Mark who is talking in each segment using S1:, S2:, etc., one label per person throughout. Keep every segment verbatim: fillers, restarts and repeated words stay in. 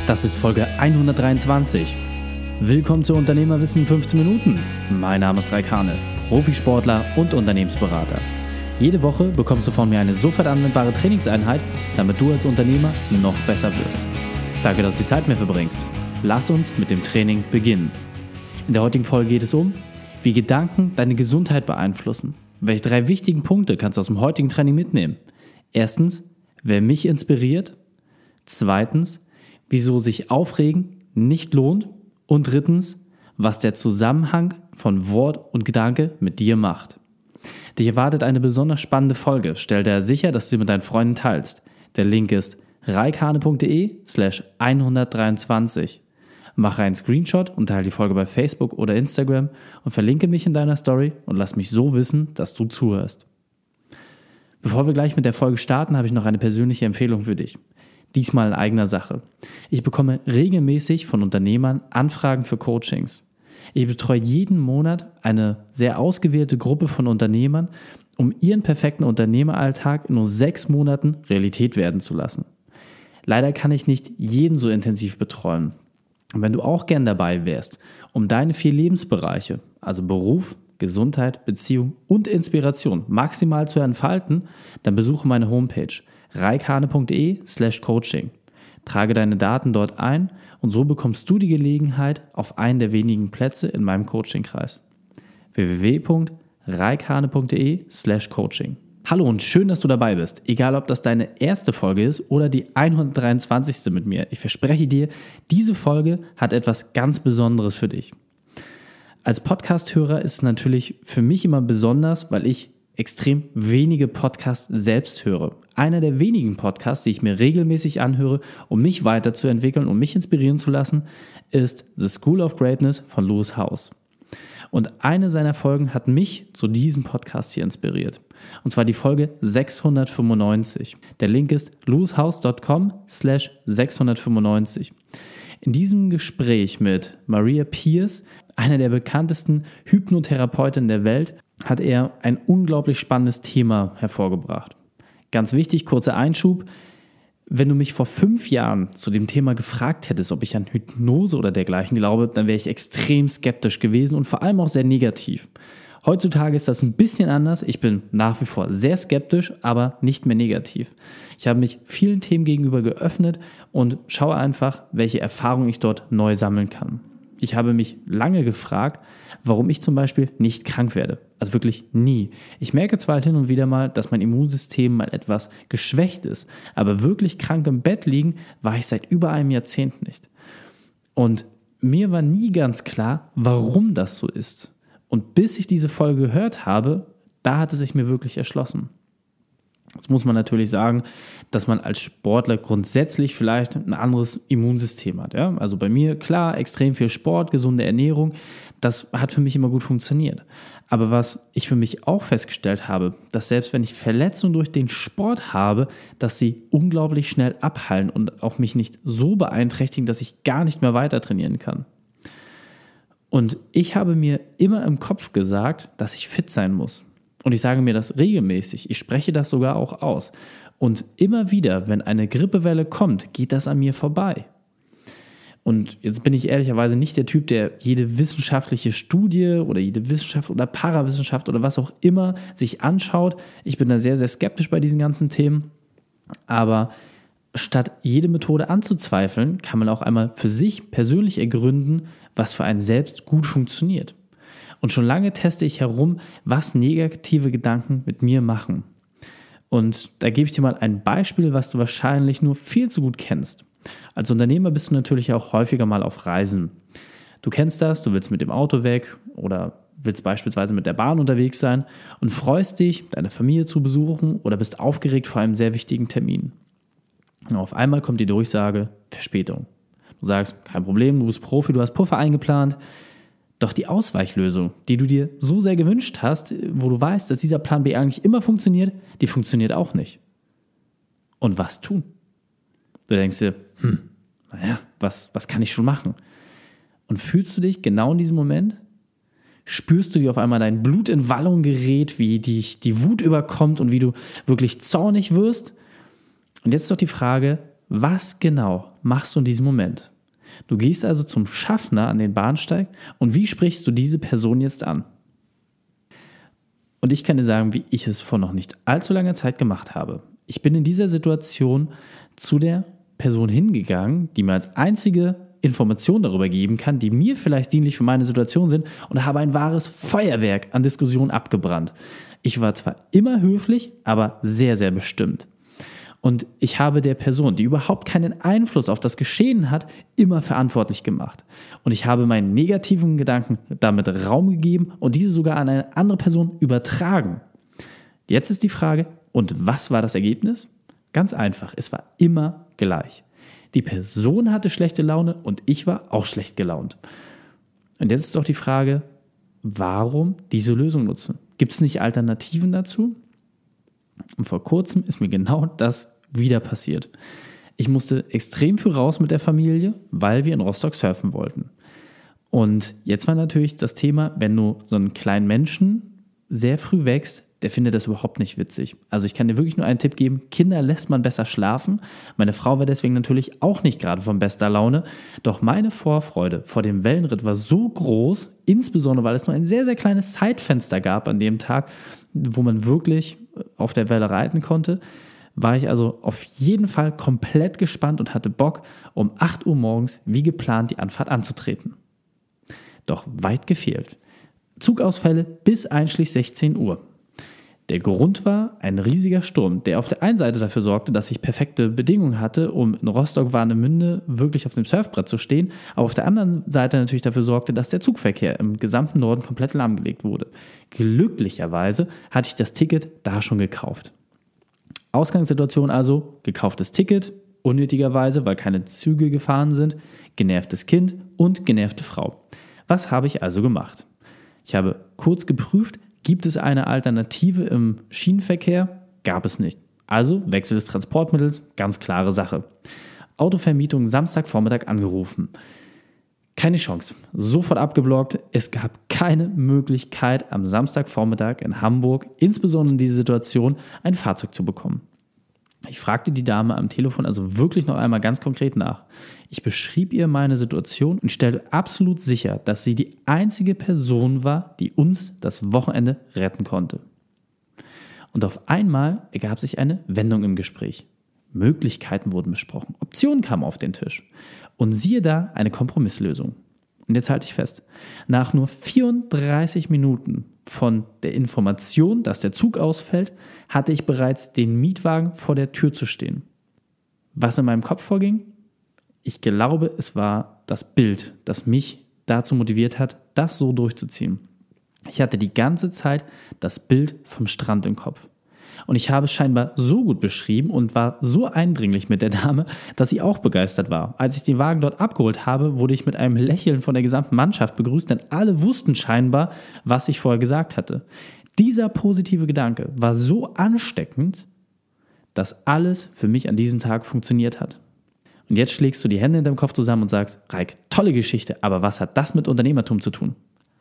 S1: Das ist Folge hundertdreiundzwanzig. Willkommen zu Unternehmerwissen in fünfzehn Minuten. Mein Name ist Raik Hane, Profisportler und Unternehmensberater. Jede Woche bekommst du von mir eine sofort anwendbare Trainingseinheit, damit du als Unternehmer noch besser wirst. Danke, dass du die Zeit mit mir verbringst. Lass uns mit dem Training beginnen. In der heutigen Folge geht es um, wie Gedanken deine Gesundheit beeinflussen. Welche drei wichtigen Punkte kannst du aus dem heutigen Training mitnehmen? Erstens, wer mich inspiriert. Zweitens, wieso sich Aufregen nicht lohnt. Und drittens, was der Zusammenhang von Wort und Gedanke mit dir macht. Dich erwartet eine besonders spannende Folge. Stell dir sicher, dass du sie mit deinen Freunden teilst. Der Link ist reikhane.de slash hundertdreiundzwanzig. Mache einen Screenshot und teile die Folge bei Facebook oder Instagram und verlinke mich in deiner Story und lass mich so wissen, dass du zuhörst. Bevor wir gleich mit der Folge starten, habe ich noch eine persönliche Empfehlung für dich. Diesmal in eigener Sache. Ich bekomme regelmäßig von Unternehmern Anfragen für Coachings. Ich betreue jeden Monat eine sehr ausgewählte Gruppe von Unternehmern, um ihren perfekten Unternehmeralltag in nur sechs Monaten Realität werden zu lassen. Leider kann ich nicht jeden so intensiv betreuen. Und wenn du auch gern dabei wärst, um deine vier Lebensbereiche, also Beruf, Gesundheit, Beziehung und Inspiration maximal zu entfalten, dann besuche meine Homepage reikhane.de slash coaching. Trage deine Daten dort ein und so bekommst du die Gelegenheit auf einen der wenigen Plätze in meinem Coachingkreis. w w w punkt reikhane.de slash coaching. Hallo und schön, dass du dabei bist. Egal, ob das deine erste Folge ist oder die hundertdreiundzwanzigste mit mir. Ich verspreche dir, diese Folge hat etwas ganz Besonderes für dich. Als Podcast-Hörer ist es natürlich für mich immer besonders, weil ich extrem wenige Podcasts selbst höre. Einer der wenigen Podcasts, die ich mir regelmäßig anhöre, um mich weiterzuentwickeln, um mich inspirieren zu lassen, ist The School of Greatness von Lewis Howes. Und eine seiner Folgen hat mich zu diesem Podcast hier inspiriert. Und zwar die Folge sechshundertfünfundneunzig. Der Link ist lewishowes.com slash sechshundertfünfundneunzig. In diesem Gespräch mit Maria Pierce, einer der bekanntesten Hypnotherapeutinnen der Welt, hat er ein unglaublich spannendes Thema hervorgebracht. Ganz wichtig, kurzer Einschub. Wenn du mich vor fünf Jahren zu dem Thema gefragt hättest, ob ich an Hypnose oder dergleichen glaube, dann wäre ich extrem skeptisch gewesen und vor allem auch sehr negativ. Heutzutage ist das ein bisschen anders. Ich bin nach wie vor sehr skeptisch, aber nicht mehr negativ. Ich habe mich vielen Themen gegenüber geöffnet und schaue einfach, welche Erfahrungen ich dort neu sammeln kann. Ich habe mich lange gefragt, warum ich zum Beispiel nicht krank werde. Also wirklich nie. Ich merke zwar hin und wieder mal, dass mein Immunsystem mal etwas geschwächt ist, aber wirklich krank im Bett liegen war ich seit über einem Jahrzehnt nicht. Und mir war nie ganz klar, warum das so ist. Und bis ich diese Folge gehört habe, da hat es sich mir wirklich erschlossen. Jetzt muss man natürlich sagen, dass man als Sportler grundsätzlich vielleicht ein anderes Immunsystem hat. Ja? Also bei mir, klar, extrem viel Sport, gesunde Ernährung, das hat für mich immer gut funktioniert. Aber was ich für mich auch festgestellt habe, dass selbst wenn ich Verletzungen durch den Sport habe, dass sie unglaublich schnell abheilen und auch mich nicht so beeinträchtigen, dass ich gar nicht mehr weiter trainieren kann. Und ich habe mir immer im Kopf gesagt, dass ich fit sein muss. Und ich sage mir das regelmäßig. Ich spreche das sogar auch aus. Und immer wieder, wenn eine Grippewelle kommt, geht das an mir vorbei. Und jetzt bin ich ehrlicherweise nicht der Typ, der jede wissenschaftliche Studie oder jede Wissenschaft oder Parawissenschaft oder was auch immer sich anschaut. Ich bin da sehr, sehr skeptisch bei diesen ganzen Themen. Aber statt jede Methode anzuzweifeln, kann man auch einmal für sich persönlich ergründen, was für einen selbst gut funktioniert. Und schon lange teste ich herum, was negative Gedanken mit mir machen. Und da gebe ich dir mal ein Beispiel, was du wahrscheinlich nur viel zu gut kennst. Als Unternehmer bist du natürlich auch häufiger mal auf Reisen. Du kennst das, du willst mit dem Auto weg oder willst beispielsweise mit der Bahn unterwegs sein und freust dich, deine Familie zu besuchen oder bist aufgeregt vor einem sehr wichtigen Termin. Und auf einmal kommt die Durchsage, Verspätung. Du sagst, kein Problem, du bist Profi, du hast Puffer eingeplant. Doch die Ausweichlösung, die du dir so sehr gewünscht hast, wo du weißt, dass dieser Plan B eigentlich immer funktioniert, die funktioniert auch nicht. Und was tun? Du denkst dir, hm, naja, was, was kann ich schon machen? Und fühlst du dich genau in diesem Moment? Spürst du, wie auf einmal dein Blut in Wallung gerät, wie dich die Wut überkommt und wie du wirklich zornig wirst? Und jetzt ist doch die Frage, was genau machst du in diesem Moment? Du gehst also zum Schaffner an den Bahnsteig und wie sprichst du diese Person jetzt an? Und ich kann dir sagen, wie ich es vor noch nicht allzu langer Zeit gemacht habe. Ich bin in dieser Situation zu der Person hingegangen, die mir als einzige Information darüber geben kann, die mir vielleicht dienlich für meine Situation sind, und habe ein wahres Feuerwerk an Diskussionen abgebrannt. Ich war zwar immer höflich, aber sehr, sehr bestimmt. Und ich habe der Person, die überhaupt keinen Einfluss auf das Geschehen hat, immer verantwortlich gemacht. Und ich habe meinen negativen Gedanken damit Raum gegeben und diese sogar an eine andere Person übertragen. Jetzt ist die Frage, und was war das Ergebnis? Ganz einfach, es war immer gleich. Die Person hatte schlechte Laune und ich war auch schlecht gelaunt. Und jetzt ist doch die Frage, warum diese Lösung nutzen? Gibt es nicht Alternativen dazu? Und vor kurzem ist mir genau das wieder passiert. Ich musste extrem früh raus mit der Familie, weil wir in Rostock surfen wollten. Und jetzt war natürlich das Thema, wenn du so einen kleinen Menschen sehr früh wächst, der findet das überhaupt nicht witzig. Also ich kann dir wirklich nur einen Tipp geben, Kinder lässt man besser schlafen. Meine Frau war deswegen natürlich auch nicht gerade von bester Laune. Doch meine Vorfreude vor dem Wellenritt war so groß, insbesondere weil es nur ein sehr, sehr kleines Zeitfenster gab an dem Tag, wo man wirklich auf der Welle reiten konnte, war ich also auf jeden Fall komplett gespannt und hatte Bock, um acht Uhr morgens wie geplant die Anfahrt anzutreten. Doch weit gefehlt. Zugausfälle bis einschließlich sechzehn Uhr. Der Grund war ein riesiger Sturm, der auf der einen Seite dafür sorgte, dass ich perfekte Bedingungen hatte, um in Rostock-Warnemünde wirklich auf dem Surfbrett zu stehen, aber auf der anderen Seite natürlich dafür sorgte, dass der Zugverkehr im gesamten Norden komplett lahmgelegt wurde. Glücklicherweise hatte ich das Ticket da schon gekauft. Ausgangssituation also, gekauftes Ticket, unnötigerweise, weil keine Züge gefahren sind, genervtes Kind und genervte Frau. Was habe ich also gemacht? Ich habe kurz geprüft, gibt es eine Alternative im Schienenverkehr? Gab es nicht. Also Wechsel des Transportmittels, ganz klare Sache. Autovermietung Samstagvormittag angerufen. Keine Chance. Sofort abgeblockt. Es gab keine Möglichkeit, am Samstagvormittag in Hamburg, insbesondere in dieser Situation, ein Fahrzeug zu bekommen. Ich fragte die Dame am Telefon also wirklich noch einmal ganz konkret nach. Ich beschrieb ihr meine Situation und stellte absolut sicher, dass sie die einzige Person war, die uns das Wochenende retten konnte. Und auf einmal ergab sich eine Wendung im Gespräch. Möglichkeiten wurden besprochen, Optionen kamen auf den Tisch. Und siehe da, eine Kompromisslösung. Und jetzt halte ich fest, nach nur vierunddreißig Minuten von der Information, dass der Zug ausfällt, hatte ich bereits den Mietwagen vor der Tür zu stehen. Was in meinem Kopf vorging? Ich glaube, es war das Bild, das mich dazu motiviert hat, das so durchzuziehen. Ich hatte die ganze Zeit das Bild vom Strand im Kopf. Und ich habe es scheinbar so gut beschrieben und war so eindringlich mit der Dame, dass sie auch begeistert war. Als ich den Wagen dort abgeholt habe, wurde ich mit einem Lächeln von der gesamten Mannschaft begrüßt, denn alle wussten scheinbar, was ich vorher gesagt hatte. Dieser positive Gedanke war so ansteckend, dass alles für mich an diesem Tag funktioniert hat. Und jetzt schlägst du die Hände in deinem Kopf zusammen und sagst, Raik, tolle Geschichte, aber was hat das mit Unternehmertum zu tun?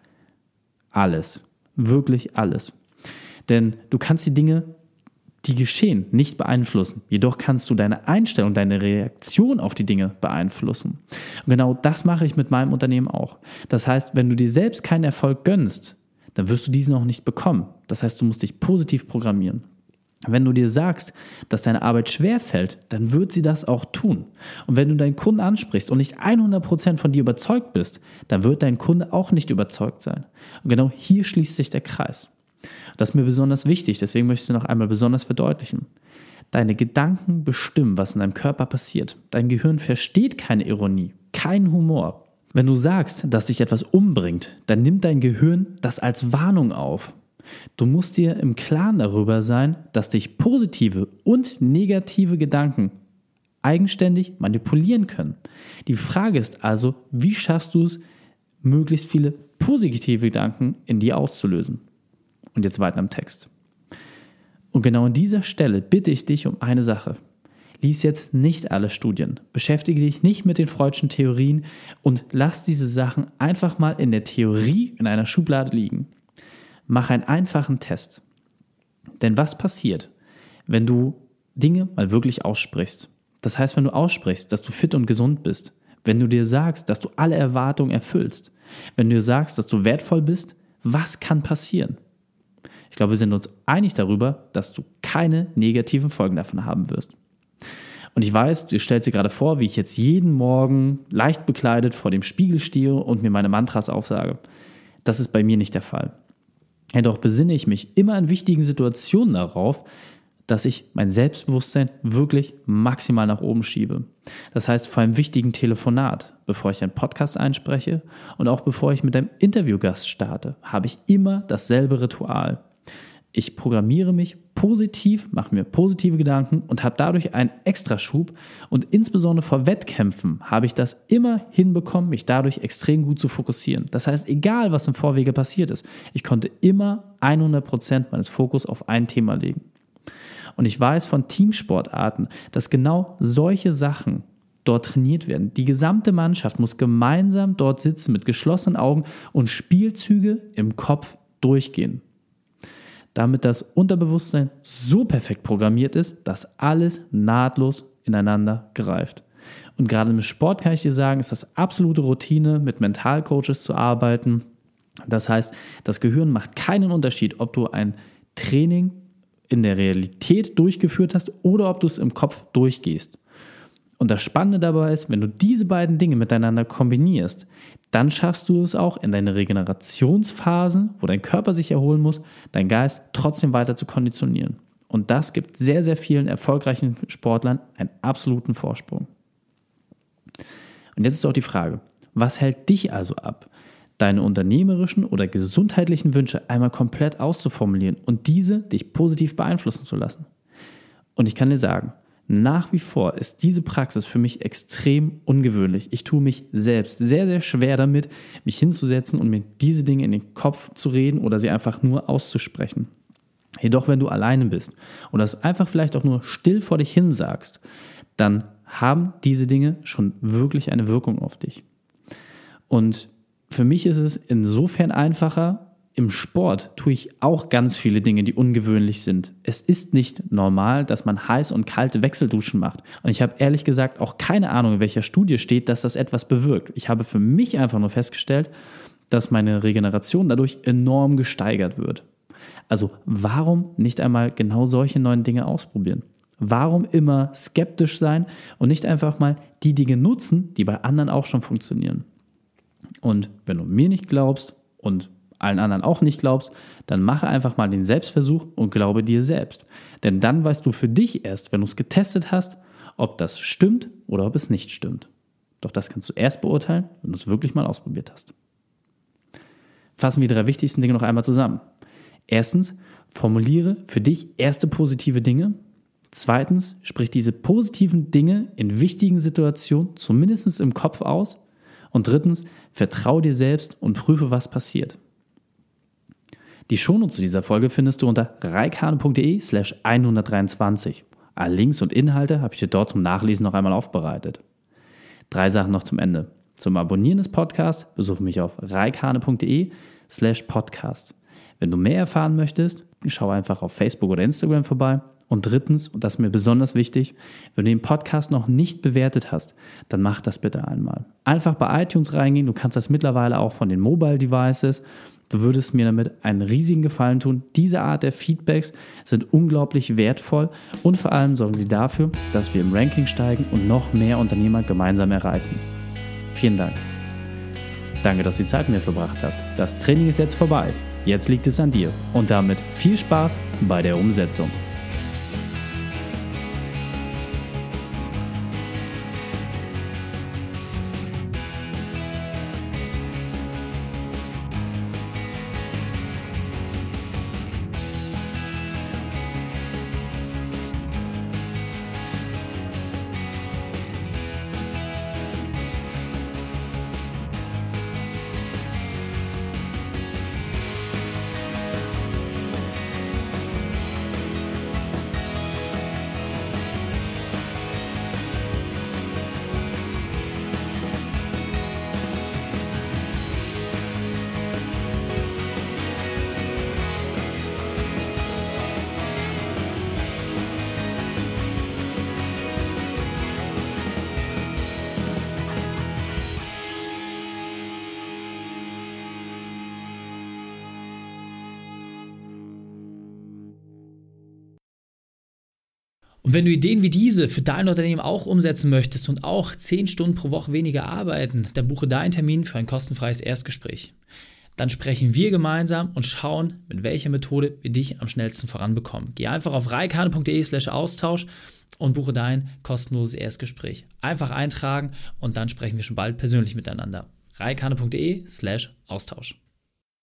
S1: Alles. Wirklich alles. Denn du kannst die Dinge, die geschehen, nicht beeinflussen. Jedoch kannst du deine Einstellung, deine Reaktion auf die Dinge beeinflussen. Und genau das mache ich mit meinem Unternehmen auch. Das heißt, wenn du dir selbst keinen Erfolg gönnst, dann wirst du diesen auch nicht bekommen. Das heißt, du musst dich positiv programmieren. Wenn du dir sagst, dass deine Arbeit schwerfällt, dann wird sie das auch tun. Und wenn du deinen Kunden ansprichst und nicht hundert Prozent von dir überzeugt bist, dann wird dein Kunde auch nicht überzeugt sein. Und genau hier schließt sich der Kreis. Das ist mir besonders wichtig, deswegen möchte ich es noch einmal besonders verdeutlichen. Deine Gedanken bestimmen, was in deinem Körper passiert. Dein Gehirn versteht keine Ironie, keinen Humor. Wenn du sagst, dass dich etwas umbringt, dann nimmt dein Gehirn das als Warnung auf. Du musst dir im Klaren darüber sein, dass dich positive und negative Gedanken eigenständig manipulieren können. Die Frage ist also, wie schaffst du es, möglichst viele positive Gedanken in dir auszulösen? Und jetzt weiter im Text. Und genau an dieser Stelle bitte ich dich um eine Sache. Lies jetzt nicht alle Studien, beschäftige dich nicht mit den Freudschen Theorien und lass diese Sachen einfach mal in der Theorie in einer Schublade liegen. Mach einen einfachen Test. Denn was passiert, wenn du Dinge mal wirklich aussprichst? Das heißt, wenn du aussprichst, dass du fit und gesund bist, wenn du dir sagst, dass du alle Erwartungen erfüllst, wenn du dir sagst, dass du wertvoll bist, was kann passieren? Ich glaube, wir sind uns einig darüber, dass du keine negativen Folgen davon haben wirst. Und ich weiß, du stellst dir gerade vor, wie ich jetzt jeden Morgen leicht bekleidet vor dem Spiegel stehe und mir meine Mantras aufsage. Das ist bei mir nicht der Fall. Jedoch besinne ich mich immer in wichtigen Situationen darauf, dass ich mein Selbstbewusstsein wirklich maximal nach oben schiebe. Das heißt, vor einem wichtigen Telefonat, bevor ich einen Podcast einspreche und auch bevor ich mit einem Interviewgast starte, habe ich immer dasselbe Ritual. Ich programmiere mich positiv, mache mir positive Gedanken und habe dadurch einen Extraschub, und insbesondere vor Wettkämpfen habe ich das immer hinbekommen, mich dadurch extrem gut zu fokussieren. Das heißt, egal was im Vorwege passiert ist, ich konnte immer hundert Prozent meines Fokus auf ein Thema legen. Und ich weiß von Teamsportarten, dass genau solche Sachen dort trainiert werden. Die gesamte Mannschaft muss gemeinsam dort sitzen mit geschlossenen Augen und Spielzüge im Kopf durchgehen. Damit das Unterbewusstsein so perfekt programmiert ist, dass alles nahtlos ineinander greift. Und gerade im Sport kann ich dir sagen, ist das absolute Routine, mit Mentalcoaches zu arbeiten. Das heißt, das Gehirn macht keinen Unterschied, ob du ein Training in der Realität durchgeführt hast oder ob du es im Kopf durchgehst. Und das Spannende dabei ist, wenn du diese beiden Dinge miteinander kombinierst, dann schaffst du es auch in deine Regenerationsphasen, wo dein Körper sich erholen muss, dein Geist trotzdem weiter zu konditionieren. Und das gibt sehr, sehr vielen erfolgreichen Sportlern einen absoluten Vorsprung. Und jetzt ist auch die Frage, was hält dich also ab, deine unternehmerischen oder gesundheitlichen Wünsche einmal komplett auszuformulieren und diese dich positiv beeinflussen zu lassen? Und ich kann dir sagen, nach wie vor ist diese Praxis für mich extrem ungewöhnlich. Ich tue mich selbst sehr, sehr schwer damit, mich hinzusetzen und mir diese Dinge in den Kopf zu reden oder sie einfach nur auszusprechen. Jedoch, wenn du alleine bist und das einfach vielleicht auch nur still vor dich hin sagst, dann haben diese Dinge schon wirklich eine Wirkung auf dich. Und für mich ist es insofern einfacher. Im Sport tue ich auch ganz viele Dinge, die ungewöhnlich sind. Es ist nicht normal, dass man heiß und kalte Wechselduschen macht. Und ich habe ehrlich gesagt auch keine Ahnung, in welcher Studie steht, dass das etwas bewirkt. Ich habe für mich einfach nur festgestellt, dass meine Regeneration dadurch enorm gesteigert wird. Also warum nicht einmal genau solche neuen Dinge ausprobieren? Warum immer skeptisch sein und nicht einfach mal die Dinge nutzen, die bei anderen auch schon funktionieren? Und wenn du mir nicht glaubst und allen anderen auch nicht glaubst, dann mache einfach mal den Selbstversuch und glaube dir selbst. Denn dann weißt du für dich erst, wenn du es getestet hast, ob das stimmt oder ob es nicht stimmt. Doch das kannst du erst beurteilen, wenn du es wirklich mal ausprobiert hast. Fassen wir die drei wichtigsten Dinge noch einmal zusammen. Erstens, formuliere für dich erste positive Dinge. Zweitens, sprich diese positiven Dinge in wichtigen Situationen zumindest im Kopf aus. Und drittens, vertraue dir selbst und prüfe, was passiert. Die Shownotes zu dieser Folge findest du unter reikane.de slash 123. Alle Links und Inhalte habe ich dir dort zum Nachlesen noch einmal aufbereitet. Drei Sachen noch zum Ende. Zum Abonnieren des Podcasts besuche mich auf reikane.de slash podcast. Wenn du mehr erfahren möchtest, schau einfach auf Facebook oder Instagram vorbei. Und drittens, und das ist mir besonders wichtig, wenn du den Podcast noch nicht bewertet hast, dann mach das bitte einmal. Einfach bei iTunes reingehen, du kannst das mittlerweile auch von den Mobile Devices. Du würdest mir damit einen riesigen Gefallen tun. Diese Art der Feedbacks sind unglaublich wertvoll und vor allem sorgen sie dafür, dass wir im Ranking steigen und noch mehr Unternehmer gemeinsam erreichen. Vielen Dank. Danke, dass du die Zeit mit mir verbracht hast. Das Training ist jetzt vorbei. Jetzt liegt es an dir. Und damit viel Spaß bei der Umsetzung.
S2: Und wenn du Ideen wie diese für dein Unternehmen auch umsetzen möchtest und auch zehn Stunden pro Woche weniger arbeiten, dann buche deinen Termin für ein kostenfreies Erstgespräch. Dann sprechen wir gemeinsam und schauen, mit welcher Methode wir dich am schnellsten voranbekommen. Geh einfach auf reikane.de slash Austausch und buche dein kostenloses Erstgespräch. Einfach eintragen und dann sprechen wir schon bald persönlich miteinander. reikane.de slash Austausch.